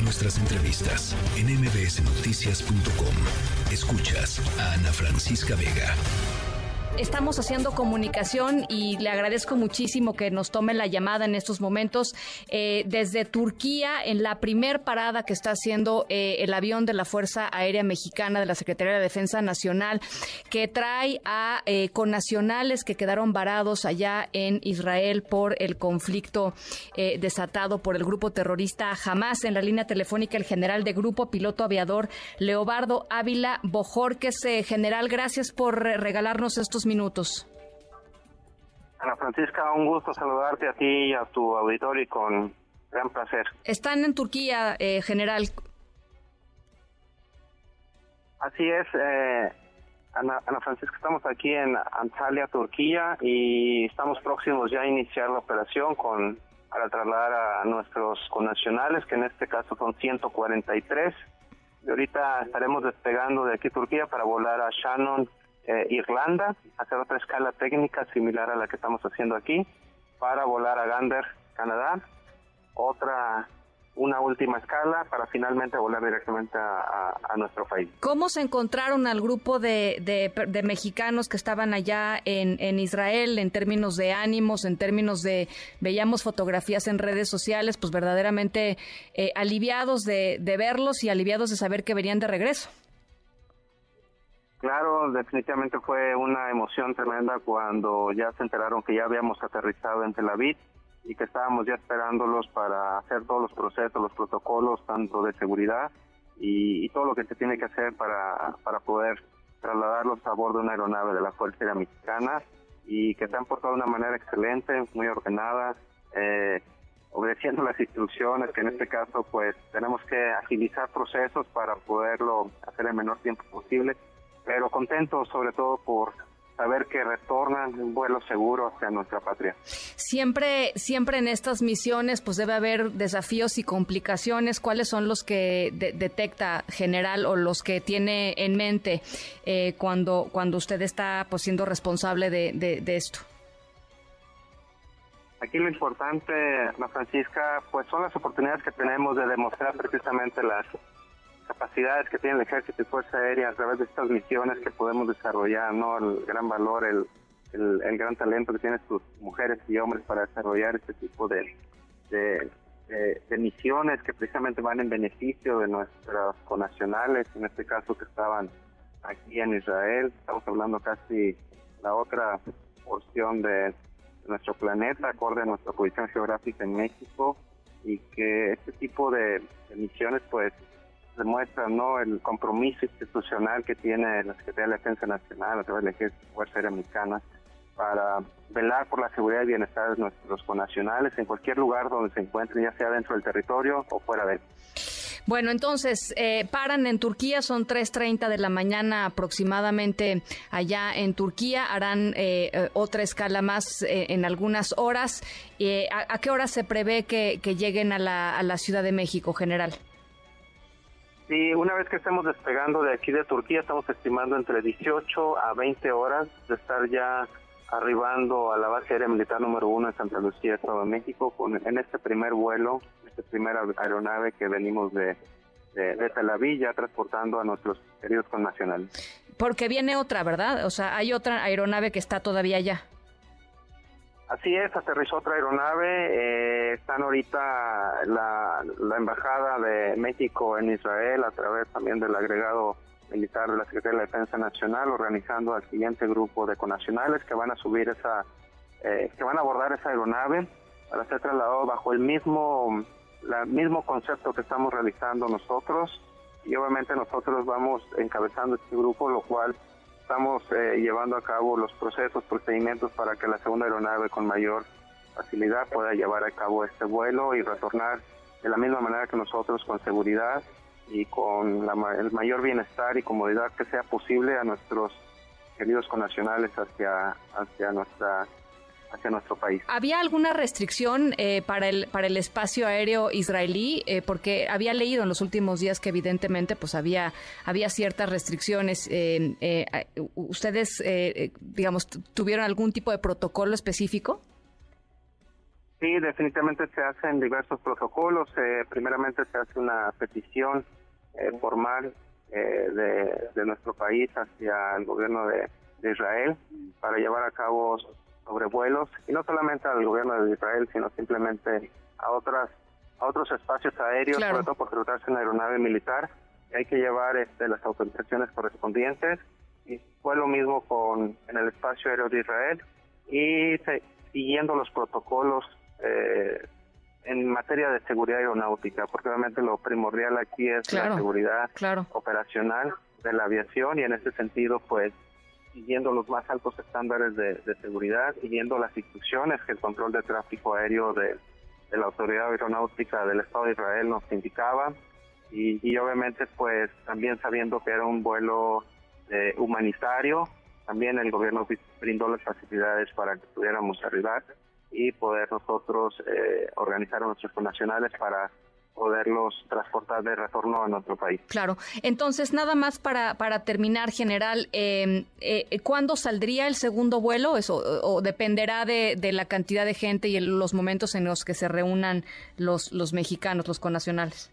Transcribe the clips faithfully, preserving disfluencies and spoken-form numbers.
nuestras entrevistas en eme be ese noticias punto com. Escuchas a Ana Francisca Vega. Estamos haciendo comunicación y le agradezco muchísimo que nos tome la llamada en estos momentos eh, desde Turquía, en la primer parada que está haciendo eh, el avión de la Fuerza Aérea Mexicana de la Secretaría de Defensa Nacional, que trae a eh, connacionales que quedaron varados allá en Israel por el conflicto eh, desatado por el grupo terrorista Hamás. En la línea telefónica, el general de grupo, piloto aviador Leobardo Ávila Bojorquez. Eh, general, gracias por regalarnos estos minutos. Ana Francisca, un gusto saludarte a ti y a tu auditorio y con gran placer. Están en Turquía, eh, general. Así es, eh, Ana, Ana Francisca, estamos aquí en Antalya, Turquía, y estamos próximos ya a iniciar la operación con para trasladar a nuestros connacionales, que en este caso son ciento cuarenta y tres. Y ahorita estaremos despegando de aquí Turquía para volar a Shannon, Eh, Irlanda, hacer otra escala técnica similar a la que estamos haciendo aquí, para volar a Gander, Canadá, otra, una última escala para finalmente volar directamente a, a, a nuestro país. ¿Cómo se encontraron al grupo de, de, de mexicanos que estaban allá en, en Israel en términos de ánimos, en términos de, veíamos fotografías en redes sociales, pues verdaderamente eh, aliviados de, de verlos y aliviados de saber que venían de regreso? Claro, definitivamente fue una emoción tremenda cuando ya se enteraron que ya habíamos aterrizado en Tel Aviv y que estábamos ya esperándolos para hacer todos los procesos, los protocolos, tanto de seguridad y, y todo lo que se tiene que hacer para, para poder trasladarlos a bordo de una aeronave de la Fuerza Aérea Mexicana, y que se han portado de una manera excelente, muy ordenada, eh, obedeciendo las instrucciones, que en este caso pues tenemos que agilizar procesos para poderlo hacer en el menor tiempo posible, pero contentos sobre todo por saber que retornan un vuelo seguro hacia nuestra patria. Siempre, siempre en estas misiones pues debe haber desafíos y complicaciones. ¿Cuáles son los que de, detecta, general, o los que tiene en mente eh, cuando, cuando usted está pues siendo responsable de, de, de esto? Aquí lo importante, Ana Francisca, pues son las oportunidades que tenemos de demostrar precisamente las capacidades que tiene el Ejército y Fuerza Aérea a través de estas misiones que podemos desarrollar, ¿no? El gran valor, el, el, el gran talento que tienen sus mujeres y hombres para desarrollar este tipo de, de, de, de misiones que precisamente van en beneficio de nuestros connacionales, en este caso que estaban aquí en Israel. Estamos hablando casi la otra porción de nuestro planeta, acorde a nuestra posición geográfica en México, y que este tipo de, de misiones pues demuestra, ¿no?, el compromiso institucional que tiene la Secretaría de Defensa Nacional a través del Ejército y Fuerza Aérea Mexicana para velar por la seguridad y bienestar de nuestros connacionales en cualquier lugar donde se encuentren, ya sea dentro del territorio o fuera de él. Bueno, entonces, eh, paran en Turquía, son tres treinta de la mañana aproximadamente allá en Turquía, harán eh, eh, otra escala más eh, en algunas horas. Eh, ¿a, ¿A qué hora se prevé que, que lleguen a la, a la Ciudad de México, general? Sí, una vez que estemos despegando de aquí de Turquía, estamos estimando entre dieciocho a veinte horas de estar ya arribando a la base aérea militar número uno en Santa Lucía, Estado de México, con, en este primer vuelo, esta primera aeronave que venimos de, de, de Tel Aviv, ya transportando a nuestros queridos connacionales. Porque viene otra, ¿verdad? O sea, hay otra aeronave que está todavía allá. Así es, aterrizó otra aeronave, eh, están ahorita la, la Embajada de México en Israel, a través también del agregado militar de la Secretaría de Defensa Nacional, organizando al siguiente grupo de connacionales que van a subir esa, eh, que van a abordar esa aeronave para ser trasladados bajo el mismo, la, mismo concepto que estamos realizando nosotros, y obviamente nosotros vamos encabezando este grupo, lo cual estamos eh, llevando a cabo los procesos, procedimientos para que la segunda aeronave con mayor facilidad pueda llevar a cabo este vuelo y retornar de la misma manera que nosotros, con seguridad y con la, el mayor bienestar y comodidad que sea posible a nuestros queridos connacionales hacia, hacia nuestra hacia nuestro país. ¿Había alguna restricción eh, para el para el espacio aéreo israelí? Eh, porque había leído en los últimos días que evidentemente pues había había ciertas restricciones. Eh, eh, ¿Ustedes, eh, digamos, tuvieron algún tipo de protocolo específico? Sí, Sí, definitivamente se hacen diversos protocolos. Eh, primeramente se hace una petición eh, formal eh, de, de nuestro país hacia el gobierno de, de Israel para llevar a cabo sobrevuelos, y no solamente al gobierno de Israel, sino simplemente a otras a otros espacios aéreos, claro. sobre todo por tratarse de una aeronave militar. Hay que llevar este, las autorizaciones correspondientes, y fue lo mismo con en el espacio aéreo de Israel, y se, siguiendo los protocolos eh, en materia de seguridad aeronáutica, porque obviamente lo primordial aquí es claro, la seguridad claro. operacional de la aviación, y en ese sentido, pues, siguiendo los más altos estándares de, de seguridad, siguiendo las instrucciones que el control de tráfico aéreo de, de la Autoridad Aeronáutica del Estado de Israel nos indicaba, y, y obviamente, pues, también sabiendo que era un vuelo eh, humanitario, también el gobierno brindó las facilidades para que pudiéramos arribar y poder nosotros eh, organizar a nuestros connacionales para poderlos transportar de retorno a nuestro país. Claro. Entonces, nada más para para terminar, general, eh, eh, ¿cuándo saldría el segundo vuelo? Eso o, o dependerá de, de la cantidad de gente y el, los momentos en los que se reúnan los los mexicanos, los connacionales.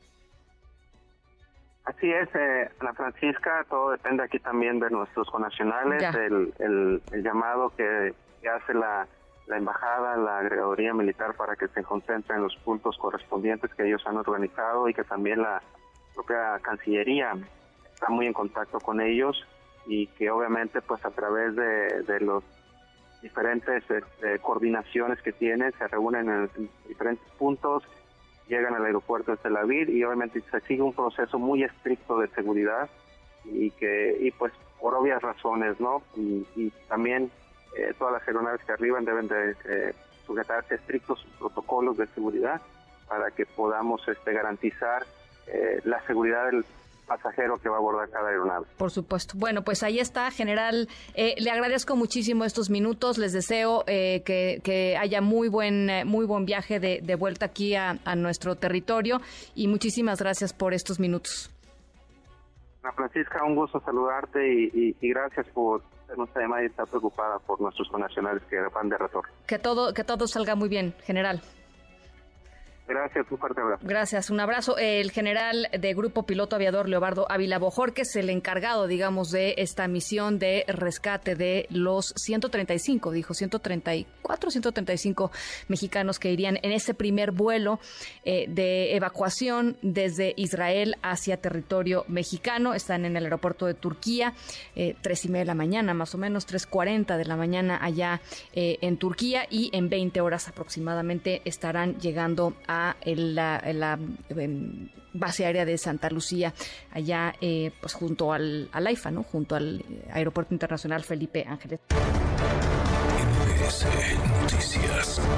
Así es, eh, Ana Francisca, todo depende aquí también de nuestros connacionales, el, el, el llamado que, que hace la la embajada, la agregaduría militar, para que se concentren en los puntos correspondientes que ellos han organizado, y que también la propia Cancillería está muy en contacto con ellos, y que obviamente pues a través de, de los diferentes eh, coordinaciones que tienen, se reúnen en, en diferentes puntos, llegan al aeropuerto de Tel Aviv, y obviamente se sigue un proceso muy estricto de seguridad, y que y pues por obvias razones, ¿no? Y, y también Eh, todas las aeronaves que arriban deben de eh, sujetarse a estrictos protocolos de seguridad para que podamos este, garantizar eh, la seguridad del pasajero que va a abordar cada aeronave. Por supuesto. Bueno, pues ahí está, general. Eh, le agradezco muchísimo estos minutos. Les deseo eh, que, que haya muy buen muy buen viaje de, de vuelta aquí a, a nuestro territorio, y muchísimas gracias por estos minutos. Ana Francisca, un gusto saludarte, y, y, y gracias por nuestra llamada y estar preocupada por nuestros connacionales que van de retorno. Que todo, que todo salga muy bien, general. Gracias, un fuerte abrazo. Gracias, un abrazo. El general de Grupo Piloto Aviador Leobardo Ávila Bojorquez, el encargado, digamos, de esta misión de rescate de los ciento treinta y cinco, dijo, ciento treinta y cuatro, ciento treinta y cinco mexicanos que irían en ese primer vuelo eh, de evacuación desde Israel hacia territorio mexicano. Están en el aeropuerto de Turquía, eh, tres y media de la mañana, más o menos, tres cuarenta de la mañana allá eh, en Turquía, y en veinte horas aproximadamente estarán llegando a en la, en la en base aérea de Santa Lucía, allá eh, pues junto al, al AIFA, ¿no? Junto al Aeropuerto Internacional Felipe Ángeles. M B S Noticias.